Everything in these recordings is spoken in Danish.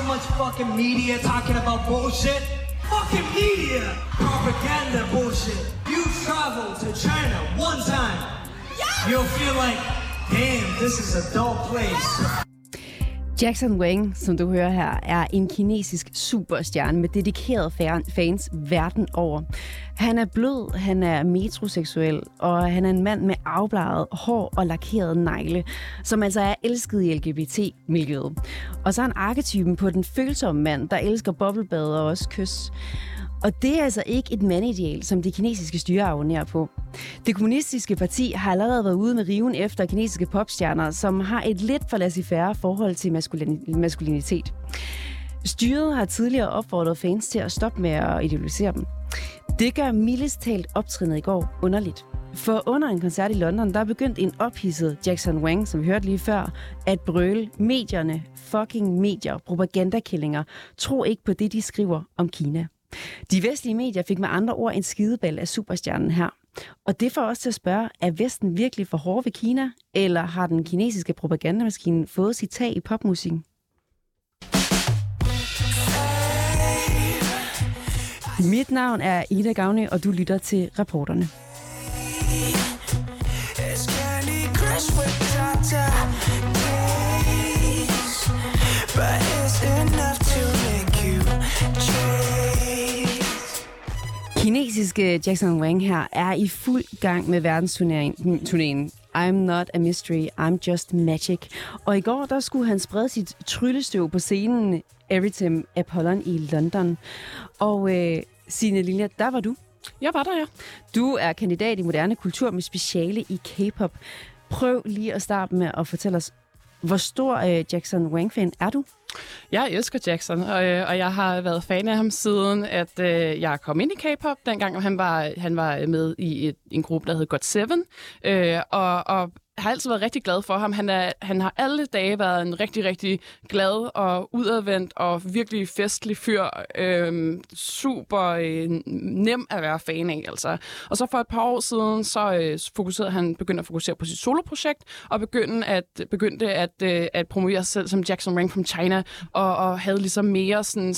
much fucking media talking about bullshit? Fucking media! Propaganda bullshit. You travel to China one time. You'll feel like, damn, this is a dull place. Jackson Wang, som du hører her, er en kinesisk superstjerne med dedikerede fans verden over. Han er blød, han er metroseksuel, og han er en mand med afbladet hår og lakeret negle, som altså er elsket i LGBT-miljøet. Og så er han arketypen på den følsomme mand, der elsker boblebad og også kys. Og det er altså ikke et mandideal, som det kinesiske styre abonnerer på. Det kommunistiske parti har allerede været ude med riven efter kinesiske popstjerner, som har et lidt for laissez-faire forhold til maskulinitet. Styret har tidligere opfordret fans til at stoppe med at idealisere dem. Det gør mildest talt optrinnet i går underligt. For under en koncert i London, der er begyndt en ophidset Jackson Wang, som vi hørte lige før, at brøle: medierne, fucking medier, propagandakællinger, tro ikke på det, de skriver om Kina. De vestlige medier fik med andre ord en skideball af superstjernen her. Og det får os til at spørge, er Vesten virkelig for hård ved Kina, eller har den kinesiske propagandamaskine fået sit tag i popmusikken? Mit navn er Ida Gavny, og du lytter til Reporterne. Kinesiske Jackson Wang her er i fuld gang med verdensturnéen I'm not a mystery, I'm just magic. Og i går, der skulle han sprede sit tryllestøv på scenen Everytime Apollon i London. Og Signe Lilja, der var du. Jeg var der, ja. Du er kandidat i moderne kultur med speciale i K-pop. Prøv lige at starte med at fortælle os, hvor stor Jackson Wang-fan er du? Jeg elsker Jackson, og jeg har været fan af ham siden, at jeg kom ind i K-pop, dengang han var med i en gruppe, der hed GOT7, og har altid været rigtig glad for ham. Han har alle dage været en rigtig, rigtig glad og udadvendt og virkelig festlig fyr. Super nem at være fan af, altså. Og så for et par år siden, så begyndte at fokusere på sit soloprojekt, og begyndte at promovere sig selv som Jackson Wang from China, og havde ligesom mere sådan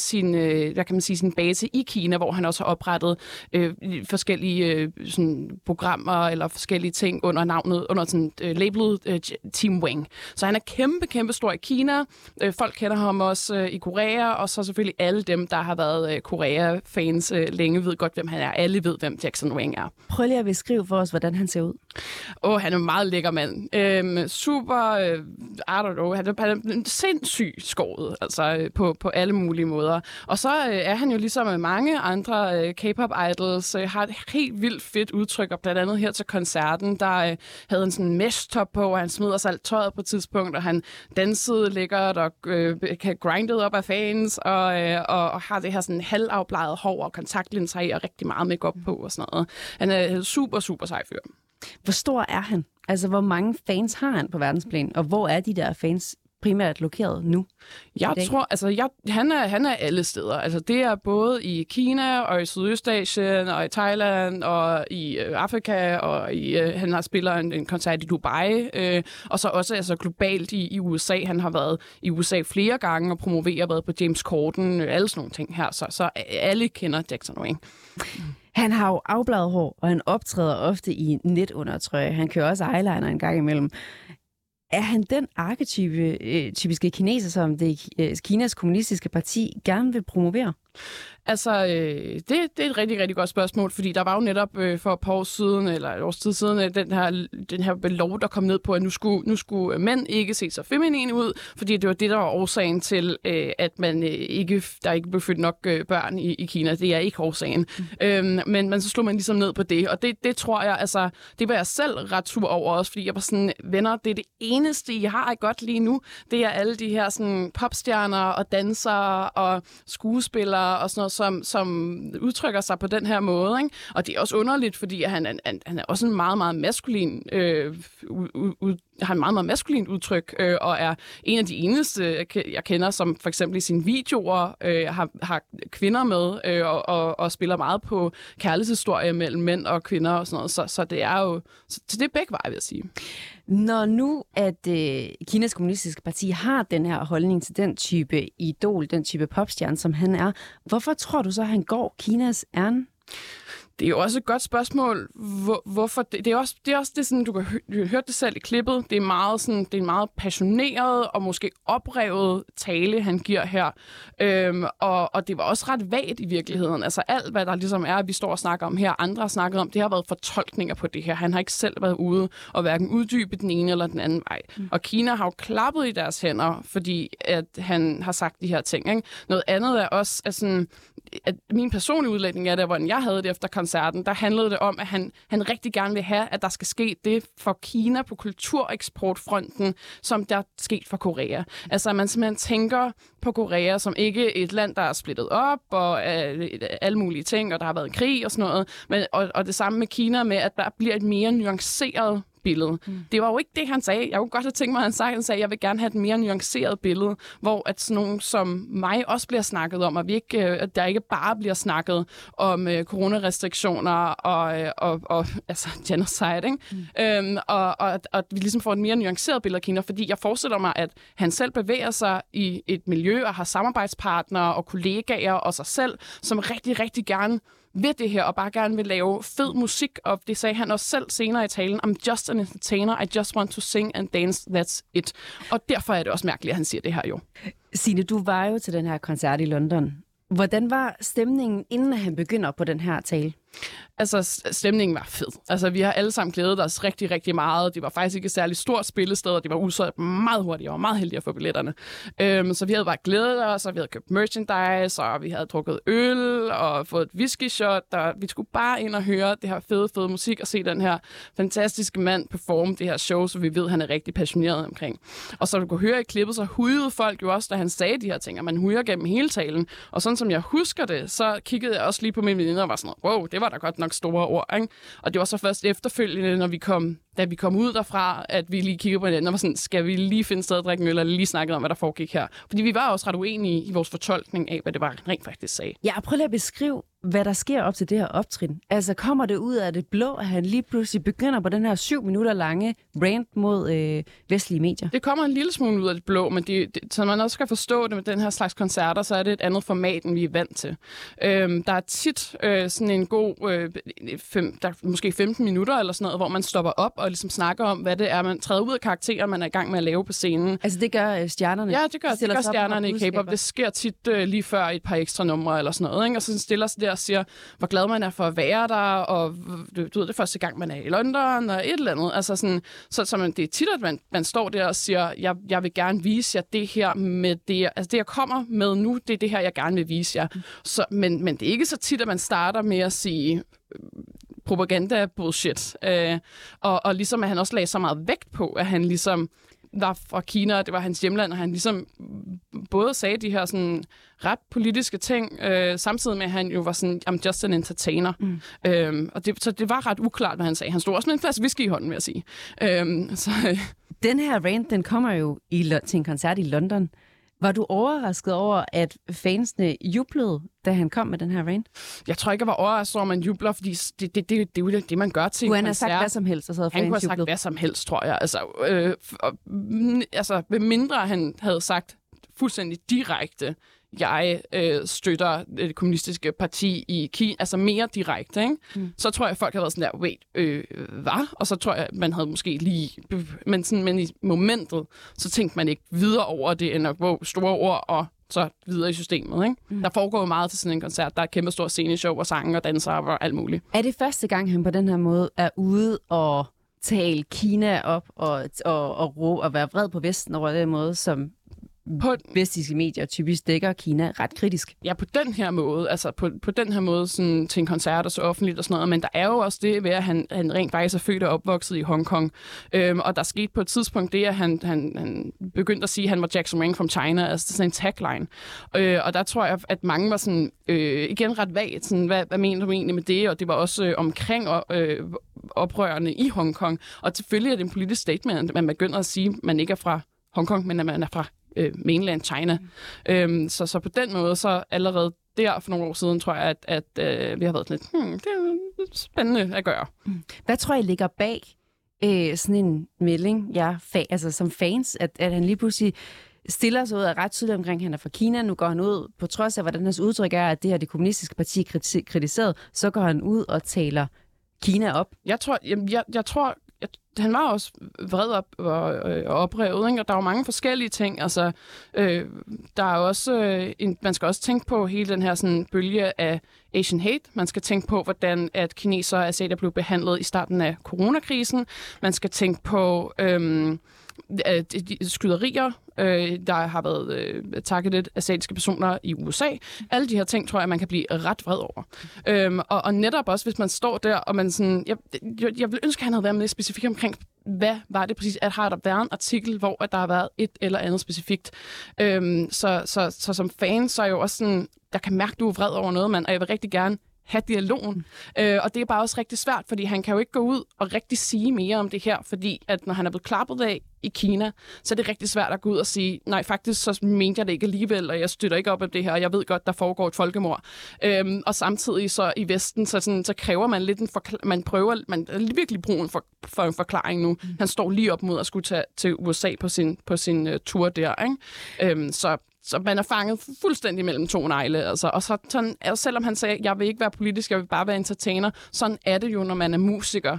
sin base i Kina, hvor han også har oprettet forskellige sådan programmer eller forskellige ting under navnet, under sådan labelet Team Wang. Så han er kæmpe stor i Kina. Folk kender ham også i Korea, og så selvfølgelig alle dem, der har været Korea-fans længe, ved godt, hvem han er. Alle ved, hvem Jackson Wang er. Prøv lige at beskrive for os, hvordan han ser ud. Han er en meget lækker mand. Super, I don't know, han er sindssygt skåret, altså på alle mulige måder. Og så er han jo ligesom mange andre K-pop-idols, har et helt vildt fedt udtryk, og blandt andet her til koncerten, der havde han sådan en mesh-top på, og han smed os alt tøjet på et tidspunkt, og han dansede lækkert og grindede op af fans, og har det her sådan halvafbleget hår og kontaktlinser i, og rigtig meget makeup på og sådan noget. Han er en super sej fyr. Hvor stor er han? Altså, hvor mange fans har han på verdensplan, og hvor er de der fans primært lokeret nu? Jeg tror, altså, han er alle steder. Altså, det er både i Kina, og i Sydøstasien, og i Thailand, og i Afrika, og han har spillet en koncert i Dubai, og så også altså, globalt i USA. Han har været i USA flere gange og været på James Corden, alle sådan nogle ting her. Så alle kender Jackson Wang. Han har jo afbladet hår, og han optræder ofte i netundertrøje. Han kører også eyeliner en gang imellem. Er han den arketypiske kineser, som det Kinas kommunistiske parti gerne vil promovere? Altså, det er et rigtig, rigtig godt spørgsmål, fordi der var jo netop for et par år siden, eller et års tid siden, den her lov, der kom ned på, at nu skulle mænd ikke se så feminine ud, fordi det var det, der var årsagen til, at der ikke blev født nok børn i Kina. Det er ikke årsagen. Men så slog man ligesom ned på det, og det tror jeg, altså, det var jeg selv ret sur over også, fordi jeg var sådan, venner, det er det eneste, jeg har godt lige nu, det er alle de her sådan popstjerner og dansere og skuespillere og sådan noget, som udtrykker sig på den her måde, ikke? Og det er også underligt, fordi han er også en meget, meget maskulin har en meget, meget maskulint udtryk, og er en af de eneste, jeg kender, som for eksempel i sine videoer har kvinder med, og spiller meget på kærlighedshistorie mellem mænd og kvinder og sådan noget. Så det er jo så det er begge veje, vil jeg sige. Når nu, at Kinas Kommunistiske Parti har den her holdning til den type idol, den type popstjerne, som han er, hvorfor tror du så, han går Kinas ærne? Det er jo også et godt spørgsmål, hvorfor det er også det sådan, du kan høre det selv i klippet. Det er meget sådan, det er en meget passioneret og måske oprevet tale, han giver her. Og det var også ret vagt i virkeligheden. Altså alt, hvad der ligesom er, vi står og snakker om her, andre har snakket om, det har været fortolkninger på det her. Han har ikke selv været ude og hverken uddybe den ene eller den anden vej. Og Kina har jo klappet i deres hænder, fordi at han har sagt de her ting. Ikke? Noget andet er også, at min personlige udlægning af det, hvordan jeg havde det efter koncerten, der handlede det om, at han rigtig gerne vil have, at der skal ske det for Kina på kultureksportfronten, som der er sket for Korea. Altså, at man simpelthen tænker på Korea som ikke et land, der er splittet op, og alle mulige ting, og der har været krig og sådan noget. Men, og det samme med Kina, med at der bliver et mere nuanceret billede. Det var jo ikke det, han sagde. Jeg kunne godt have tænkt mig, at han sagde, at jeg vil gerne have et mere nuanceret billede, hvor at sådan nogen som mig også bliver snakket om, og at der ikke bare bliver snakket om coronarestriktioner og altså genocide, ikke? Og at vi ligesom får et mere nuanceret billede af Kina, fordi jeg forestiller mig, at han selv bevæger sig i et miljø og har samarbejdspartnere og kollegaer og sig selv, som rigtig, rigtig gerne ved det her, og bare gerne vil lave fed musik, og det sagde han også selv senere i talen, I'm just an entertainer, I just want to sing and dance, that's it. Og derfor er det også mærkeligt, at han siger det her jo. Signe, du var jo til den her koncert i London. Hvordan var stemningen, inden han begynder på den her tale? Altså, stemningen var fed. Altså, vi har alle sammen glædet os rigtig, rigtig meget. Det var faktisk ikke et særligt stort spillested, og det var udsolgt meget hurtigt. Jeg var meget heldig at få billetterne. Så vi havde bare glædet os, og vi havde købt merchandise, og vi havde drukket øl, og fået et whisky-shot, og vi skulle bare ind og høre det her fede musik, og se den her fantastiske mand performe det her show, så vi ved, at han er rigtig passioneret omkring. Og så du kunne høre i klippet, så hujede folk jo også, da han sagde de her ting, og man hujer gennem hele talen. Og sådan som jeg husker det, så kiggede jeg også lige på min veninde og var sådan, wow, det var da godt nok store ord, ikke? Og det var så først efterfølgende, da vi kom ud derfra, at vi lige kiggede på hinanden og var sådan, skal vi lige finde sted at drikke en øl, eller lige snakke om, hvad der foregik her? Fordi vi var også ret uenige i vores fortolkning af, hvad det var, han rent faktisk sagde. Ja, prøv lige at beskrive, hvad der sker op til det her optrin. Altså, kommer det ud af det blå, at han lige pludselig begynder på den her 7 minutter lange rant mod vestlige medier? Det kommer en lille smule ud af det blå, men så man også skal forstå det med den her slags koncerter, så er det et andet format, end vi er vant til. Der er tit sådan en god, der er måske 15 minutter eller sådan noget, hvor man stopper op og ligesom snakker om, hvad det er, man træder ud af karakterer, man er i gang med at lave på scenen. Altså, det gør stjernerne? Ja, det gør stjernerne i K-pop. Det sker tit lige før et par ekstra numre eller sådan noget, ikke? Og så stiller sig der og siger, hvor glad man er for at være der, og du ved, det første gang, man er i London, og et eller andet. Altså sådan, så det er tit, at man står der og siger, jeg vil gerne vise jer det her med det, altså det, jeg kommer med nu, det er det her, jeg gerne vil vise jer. Så, men det er ikke så tit, at man starter med at sige propaganda bullshit. Og ligesom, at han også lagde så meget vægt på, at han ligesom var fra Kina, det var hans hjemland, og han ligesom både sagde de her sådan ret politiske ting, samtidig med, at han jo var sådan, I'm just an entertainer. Så det var ret uklart, hvad han sagde. Han stod også med en flaske whisky i hånden, vil jeg sige. Den her rant, den kommer jo til en koncert i London. Var du overrasket over, at fansene jublede, da han kom med den her rant? Jeg tror ikke, jeg var overrasket over, at man jubler, fordi det er jo det, man gør til en koncert. Han har sagt hvad som helst, og så havde han kunne have sagt hvad som helst, tror jeg. Altså, ved mindre han havde sagt fuldstændig direkte, jeg støtter det kommunistiske parti i Kina, altså mere direkte, ikke? Så tror jeg, at folk havde været sådan der, hvad? Og så tror jeg, at man havde måske lige, men i momentet, så tænkte man ikke videre over det, end at store ord og så videre i systemet, ikke? Der foregår jo meget til sådan en koncert. Der er et kæmpe stort sceneshow og sange og danser og alt muligt. Er det første gang, han på den her måde er ude og tale Kina op og råbe og være vred på Vesten over den måde, som vestiske medier typisk dækker Kina ret kritisk. Ja, på den her måde, altså på den her måde sådan, til en koncert og så offentligt og sådan noget, men der er jo også det ved, at han rent faktisk er født og opvokset i Hongkong. Og der skete på et tidspunkt det, at han begyndte at sige, at han var Jackson Wang from China, altså sådan en tagline. Og der tror jeg, at mange var sådan, igen ret vagt, sådan, hvad mener du egentlig med det? Og det var også omkring oprørende i Hongkong. Og selvfølgelig er det en politisk statement, at man begynder at sige, at man ikke er fra Hongkong, men at man er fra mainland China. Så på den måde, så allerede der for nogle år siden, tror jeg, at vi har været lidt, det er spændende at gøre. Hvad tror I ligger bag sådan en melding, altså som fans, at han lige pludselig stiller sig ud af ret tydeligt omkring, at han er fra Kina. Nu går han ud, på trods af, hvordan hans udtryk er, at det her det kommunistiske parti kritiseret, så går han ud og taler Kina op. Jeg tror, han var også vred op og oprevet, ikke? Og der er jo mange forskellige ting. Altså, der er også man skal også tænke på hele den her sådan, bølge af Asian hate. Man skal tænke på, hvordan at kinesere og asiater blev behandlet i starten af coronakrisen. Man skal tænke på de skyderier, der har været targeted asiatiske personer i USA. Alle de her ting, tror jeg, man kan blive ret vred over. Og netop også, hvis man står der, og man sådan... Jeg vil ønske, at han havde været mere specifik omkring, hvad var det præcis, at har der været en artikel, hvor at der har været et eller andet specifikt. Så som fan, så er jeg jo også sådan... Jeg kan mærke, du er vred over noget, mand, og jeg vil rigtig gerne have dialogen. Og det er bare også rigtig svært, fordi han kan jo ikke gå ud og rigtig sige mere om det her, fordi at når han er blevet klappet af i Kina, så er det rigtig svært at gå ud og sige, nej, faktisk så mente jeg det ikke alligevel, og jeg støtter ikke op om det her, og jeg ved godt, der foregår et folkemord. Og samtidig så i Vesten, så kræver man lidt man er virkelig brug for en forklaring nu. Han står lige op mod at skulle tage til USA på sin tur der, ikke? Så man er fanget fuldstændig mellem to negle. Altså. Og sådan, selvom han sagde, jeg vil ikke være politisk, jeg vil bare være entertainer, sådan er det jo, når man er musiker.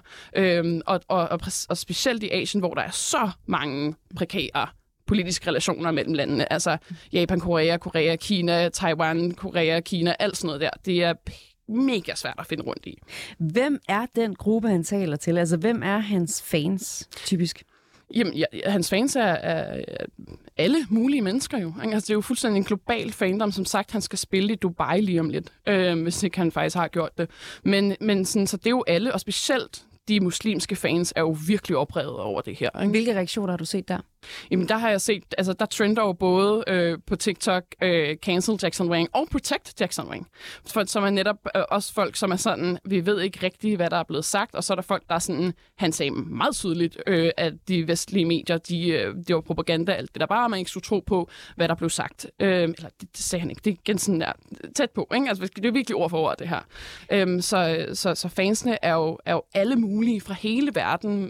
Og specielt i Asien, hvor der er så mange prekære politiske relationer mellem landene. Altså Japan, Korea, Kina, Taiwan, Korea, Kina, alt sådan noget der. Det er mega svært at finde rundt i. Hvem er den gruppe, han taler til? Altså, hvem er hans fans, typisk? Jamen, hans fans er alle mulige mennesker jo. Altså, det er jo fuldstændig en global fandom. Som sagt, han skal spille i Dubai lige om lidt, hvis ikke han faktisk har gjort det. Men sådan, så det er jo alle, og specielt de muslimske fans er jo virkelig oprevet over det her. Ikke? Hvilke reaktioner har du set der? Jamen, der har jeg set, altså der trender jo både på TikTok Cancel Jackson Wang og Protect Jackson Wang. Som er netop også folk, som er sådan, vi ved ikke rigtigt, hvad der er blevet sagt, og så er der folk, der er sådan, han sagde meget tydeligt, at de vestlige medier, det var propaganda, alt det der bare, man ikke skulle tro på, hvad der blev sagt. Eller det sagde han ikke, det er igen sådan der tæt på, ikke? Altså, det er virkelig ord for ord, det her. Så fansene er jo alle mulige fra hele verden,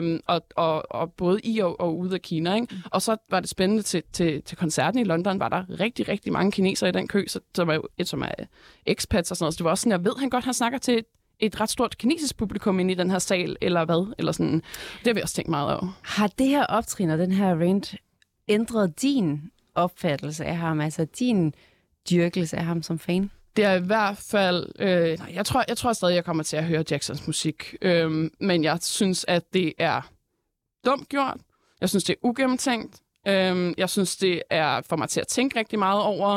og både i og ude af Kina. Ikke? Og så var det spændende til koncerten i London, var der rigtig, rigtig mange kinesere i den kø, som er expats og sådan noget. Så det var også sådan, jeg ved han godt, han snakker til et ret stort kinesisk publikum inde i den her sal, eller hvad? Eller sådan. Det har vi også tænkt meget over. Har det her optrin og den her rant ændret din opfattelse af ham, altså din dyrkelse af ham som fan? Det er i hvert fald... jeg tror stadig, jeg kommer til at høre Jacksons musik. Men jeg synes, at det er dumt gjort. Jeg synes, det er ugennemtænkt. Jeg synes, det er for mig til at tænke rigtig meget over,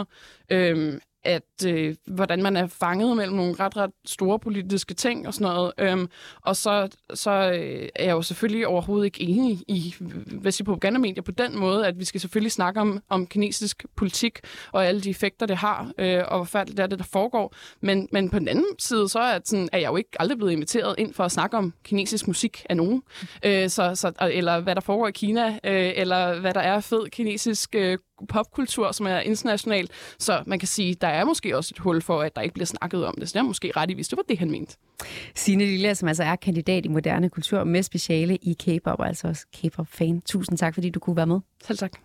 hvordan man er fanget mellem nogle ret store politiske ting og sådan noget. Og så er jeg jo selvfølgelig overhovedet ikke enig i propagandamedier på den måde, at vi skal selvfølgelig snakke om kinesisk politik og alle de effekter, det har, og hvor færdigt det der foregår. Men på den anden side, så er jeg jo ikke aldrig blevet inviteret ind for at snakke om kinesisk musik af nogen. Eller hvad der foregår i Kina, eller hvad der er fed kinesisk popkultur, som er international. Så man kan sige, der er måske også et hul for, at der ikke bliver snakket om det. Så det er måske ret i, hvis det var det, han mente. Signe Lilja, som altså er kandidat i moderne kultur med speciale i K-pop, og altså også K-pop-fan. Tusind tak, fordi du kunne være med. Selv tak.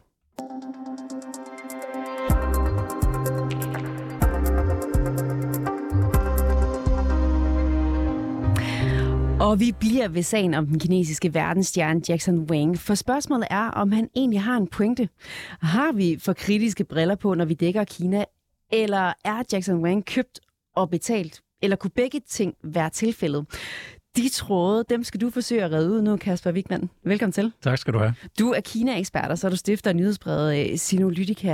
Og vi bliver ved sagen om den kinesiske verdensstjerne Jackson Wang, for spørgsmålet er, om han egentlig har en pointe. Har vi for kritiske briller på, når vi dækker Kina, eller er Jackson Wang købt og betalt? Eller kunne begge ting være tilfældet? De tråde, dem skal du forsøge at redde ud nu, Kasper Wigman. Velkommen til. Tak skal du have. Du er Kina-ekspert, og så er du stifter af nyhedsbrevet Sinolytica.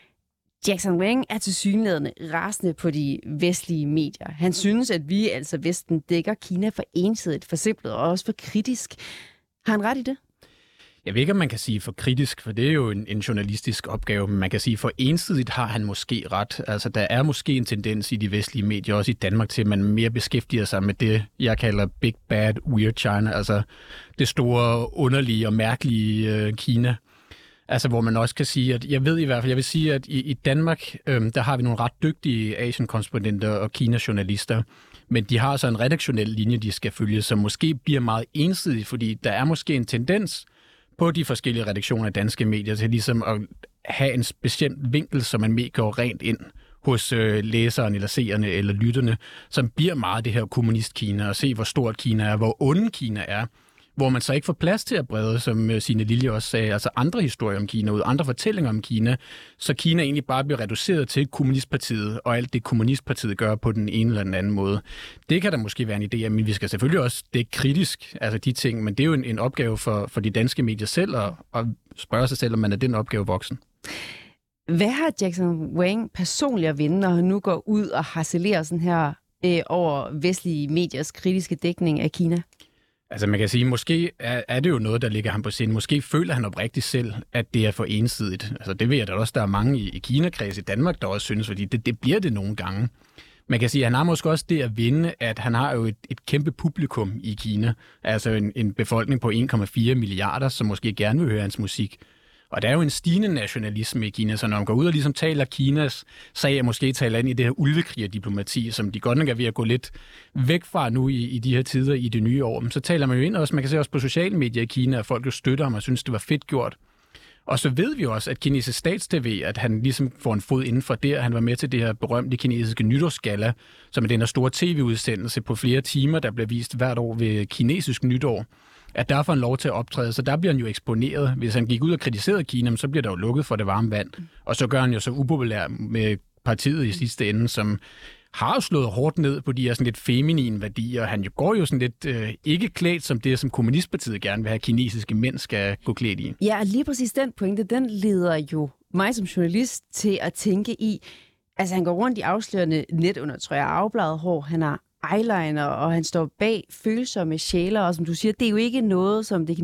Jackson Wang er tilsyneladende rasende på de vestlige medier. Han synes, at vi, altså Vesten, dækker Kina for ensidigt, forsimplet og også for kritisk. Har han ret i det? Jeg ved ikke, om man kan sige for kritisk, for det er jo en journalistisk opgave, men man kan sige for ensidigt har han måske ret. Altså, der er måske en tendens i de vestlige medier, også i Danmark, til at man mere beskæftiger sig med det, jeg kalder Big Bad Weird China, altså det store, underlige og mærkelige Kina. Altså, hvor man også kan sige, at jeg vil sige, at i Danmark, der har vi nogle ret dygtige Asien-korrespondenter og Kina-journalister, men de har så en redaktionel linje, de skal følge, som måske bliver meget ensidig, fordi der er måske en tendens på de forskellige redaktioner af danske medier til ligesom at have en speciel vinkel, som man mere går rent ind hos læseren eller seerne eller lytterne, som bliver meget det her kommunist-Kina, og se, hvor stort Kina er, hvor onde Kina er, hvor man så ikke får plads til at brede, som Signe Lilje også sagde, altså andre historier om Kina ud, andre fortællinger om Kina, så Kina egentlig bare bliver reduceret til kommunistpartiet, og alt det kommunistpartiet gør på den ene eller den anden måde. Det kan der måske være en idé, men vi skal selvfølgelig også dække kritisk, altså de ting, men det er jo en opgave for de danske medier selv, at spørge sig selv, om man er den opgave voksen. Hvad har Jackson Wang personligt at vinde, når han nu går ud og harcelerer sådan her over vestlige mediers kritiske dækning af Kina? Altså man kan sige, måske er det jo noget, der ligger ham på sinde. Måske føler han oprigtigt selv, at det er for ensidigt. Altså det ved jeg da også, der er mange i Kina-kreds i Danmark, der også synes, fordi det bliver det nogle gange. Man kan sige, at han har måske også det at vinde, at han har jo et kæmpe publikum i Kina. Altså en befolkning på 1,4 milliarder, som måske gerne vil høre hans musik. Og der er jo en stigende nationalisme i Kina, så når man går ud og ligesom taler Kinas sag, og måske taler ind i det her ulvekrigerdiplomati, som de godt nok er ved at gå lidt væk fra nu i de her tider i det nye år, så taler man jo ind også, man kan se også på sociale medier i Kina, at folk jo støtter ham og synes, det var fedt gjort. Og så ved vi også, at kinesisk stats-TV, at han ligesom får en fod inden for der. Han var med til det her berømte kinesiske nytårsgalla, som er den her store tv-udsendelse på flere timer, der bliver vist hvert år ved kinesisk nytår. At der får han lov til at optræde, så der bliver han jo eksponeret. Hvis han gik ud og kritiserede Kina, så bliver der jo lukket for det varme vand. Og så gør han jo så upopulær med partiet i sidste ende, som har jo slået hårdt ned på de her sådan lidt feminine værdier. Han jo går jo sådan lidt ikke klædt som det, som kommunistpartiet gerne vil have, kinesiske mænd skal gå klædt i. Ja, og lige præcis den pointe, den leder jo mig som journalist til at tænke i, altså han går rundt i afslørende netundertrøjer, afbladet hår, han har eyeliner, og han står bag følsomme sjæler, og som du siger, det er jo ikke noget, som det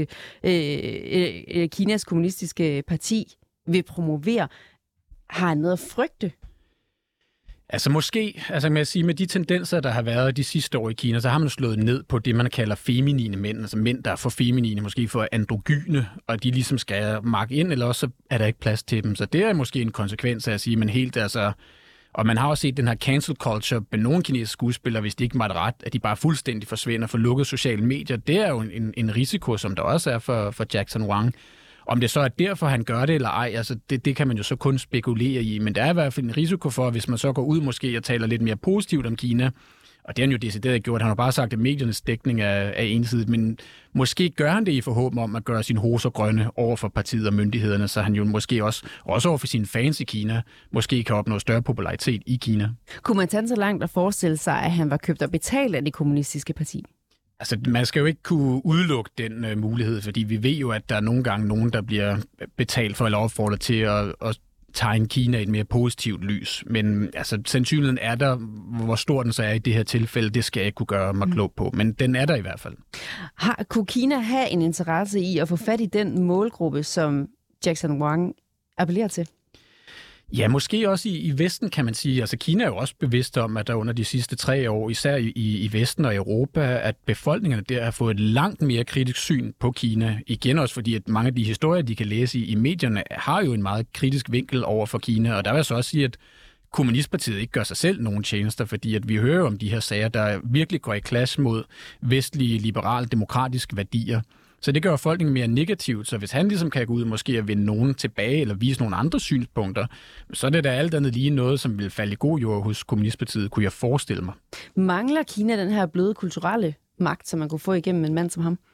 Kinas kommunistiske parti vil promovere. Har han noget at frygte? Altså måske, altså med at sige, med de tendenser, der har været de sidste år i Kina, så har man slået ned på det, man kalder feminine mænd, altså mænd, der er for feminine, måske for androgyne, og de ligesom skal marke ind, eller også er der ikke plads til dem. Så det er måske en konsekvens af at sige, men helt altså. Og man har også set den her cancel culture med nogle kinesiske skuespillere, hvis de ikke var ret, at de bare fuldstændig forsvinder for lukket sociale medier. Det er jo en risiko, som der også er for Jackson Wang. Om det så er derfor, han gør det eller ej, altså det kan man jo så kun spekulere i. Men der er i hvert fald en risiko for, hvis man så går ud måske og taler lidt mere positivt om Kina, og det har han jo decideret gjort. Han har bare sagt, at mediernes dækning er ensidigt, men måske gør han det i forhåbning om at gøre sine hoser grønne over for partiet og myndighederne, så han jo måske også over for sine fans i Kina, måske kan opnå større popularitet i Kina. Kunne man tage så langt at forestille sig, at han var købt og betalt af det kommunistiske parti? Altså, man skal jo ikke kunne udelukke den mulighed, fordi vi ved jo, at der er nogle gange nogen, der bliver betalt for eller opfordret til at tegne Kina i et mere positivt lys. Men altså, sandsynligheden er der, hvor stor den så er i det her tilfælde, det skal jeg ikke kunne gøre mig klog på. Men den er der i hvert fald. Kunne Kina have en interesse i at få fat i den målgruppe, som Jackson Wang appellerer til? Ja, måske også i Vesten, kan man sige. Altså Kina er jo også bevidst om, at der under de sidste 3 år, især i Vesten og Europa, at befolkningerne der har fået et langt mere kritisk syn på Kina. Igen også fordi, at mange af de historier, de kan læse i medierne, har jo en meget kritisk vinkel over for Kina. Og der vil jeg så også sige, at kommunistpartiet ikke gør sig selv nogen tjenester, fordi at vi hører om de her sager, der virkelig går i clash mod vestlige, liberale, demokratiske værdier. Så det gør folk mere negativt, så hvis han ligesom kan gå ud og måske at vinde nogen tilbage, eller vise nogle andre synspunkter, så er det da alt andet lige noget, som vil falde i god jord hos kommunistpartiet, kunne jeg forestille mig. Mangler Kina den her bløde kulturelle magt, som man kunne få igennem en mand som ham?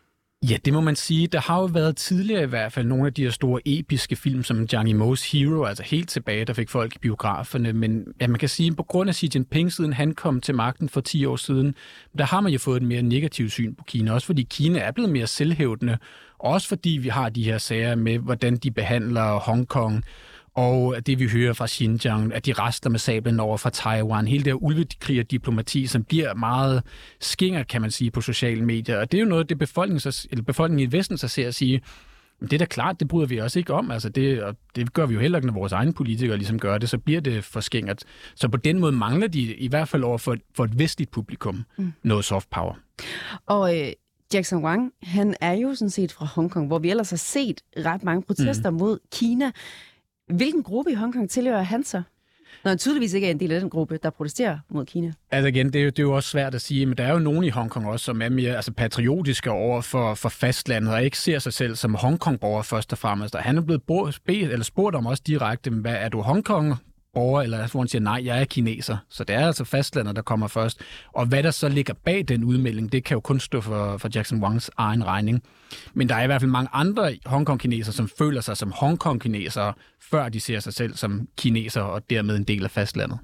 Ja, det må man sige. Der har jo været tidligere i hvert fald nogle af de her store episke film, som Zhang Yimou's Hero, altså helt tilbage, der fik folk i biograferne. Men ja, man kan sige, på grund af Xi Jinping, siden han kom til magten for 10 år siden, der har man jo fået et mere negativt syn på Kina. Også fordi Kina er blevet mere selvhævdende. Også fordi vi har de her sager med, hvordan de behandler Hongkong. Og det, vi hører fra Xinjiang, at de rasler med sablen over fra Taiwan. Hele det her ulvekrig og diplomati, som bliver meget skinger, kan man sige, på sociale medier. Og det er jo noget, det befolkningen i Vesten så ser at sige, det er da klart, det bryder vi også ikke om. Altså det gør vi jo heller ikke, når vores egne politikere ligesom gør det, så bliver det for skingert. Så på den måde mangler de, i hvert fald over for et vestligt publikum, noget soft power. Og Jackson Wang, han er jo sådan set fra Hongkong, hvor vi ellers har set ret mange protester mod Kina. Hvilken gruppe i Hongkong tilhører han så? Når han tydeligvis ikke er en del af den gruppe, der protesterer mod Kina. Altså igen, det er jo også svært at sige, men der er jo nogen i Hongkong også, som er mere patriotiske over for fastlandet, og ikke ser sig selv som Hongkong-borger først og fremmest. Og han er blevet spurgt om også direkte, hvad er du Hongkong? Eller hvor han siger, nej, jeg er kineser. Så det er altså fastlandet, der kommer først. Og hvad der så ligger bag den udmelding, det kan jo kun stå for Jackson Wangs egen regning. Men der er i hvert fald mange andre Hongkong-kinesere, som føler sig som Hongkong-kinesere, før de ser sig selv som kinesere, og dermed en del af fastlandet.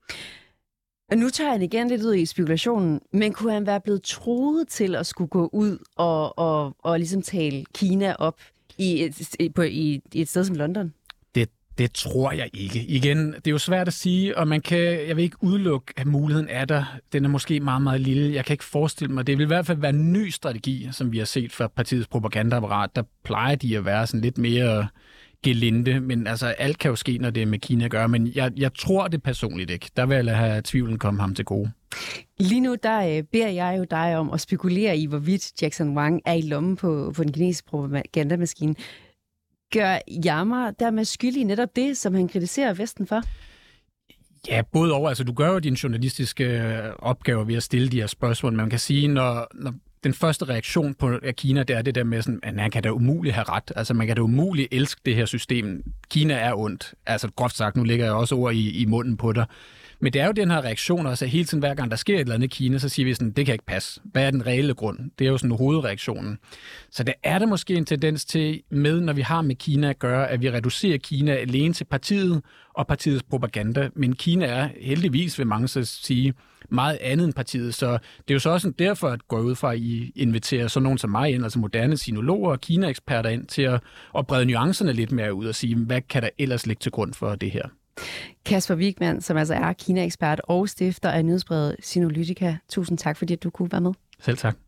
Nu tager han igen lidt ud i spekulationen, men kunne han være blevet truet til at skulle gå ud og ligesom tale Kina op i et sted som London? Det tror jeg ikke. Igen, det er jo svært at sige, og jeg vil ikke udelukke, at muligheden er der. Den er måske meget, meget lille. Jeg kan ikke forestille mig. Det vil i hvert fald være en ny strategi, som vi har set fra partiets propagandaapparat. Der plejer de at være sådan lidt mere gelinde, men altså alt kan jo ske, når det er med Kina at gøre. Men jeg tror det personligt ikke. Der vil jeg lade have tvivlen komme ham til gode. Lige nu, der beder jeg jo dig om at spekulere i, hvorvidt Jackson Wang er i lommen på den kinesiske propagandamaskine. Gør Yammer dermed skyldig netop det, som han kritiserer Vesten for? Ja, både over. Altså, du gør jo dine journalistiske opgaver ved at stille de her spørgsmål. Man kan sige, når den første reaktion på Kina, det er det der med, sådan, at man kan da umuligt have ret. Altså, man kan da umuligt elske det her system. Kina er ondt. Altså, groft sagt, nu lægger jeg også ord i munden på dig. Men det er jo den her reaktion også, at hele tiden hver gang der sker et eller andet i Kina, så siger vi sådan, det kan ikke passe. Hvad er den reelle grund? Det er jo sådan hovedreaktionen. Så det er der måske en tendens til med, når vi har med Kina at gøre, at vi reducerer Kina alene til partiet og partiets propaganda. Men Kina er heldigvis, vil mange så sige, meget andet end partiet. Så det er jo så også derfor, at gå ud fra, at I inviterer sådan nogen som mig ind, altså moderne sinologer og Kina-eksperter ind, til at brede nuancerne lidt mere ud og sige, hvad kan der ellers ligge til grund for det her? Kasper Wigman, som altså er Kina-ekspert og stifter af nyhedsbrevet Sinolytica. Tusind tak, fordi du kunne være med. Selv tak.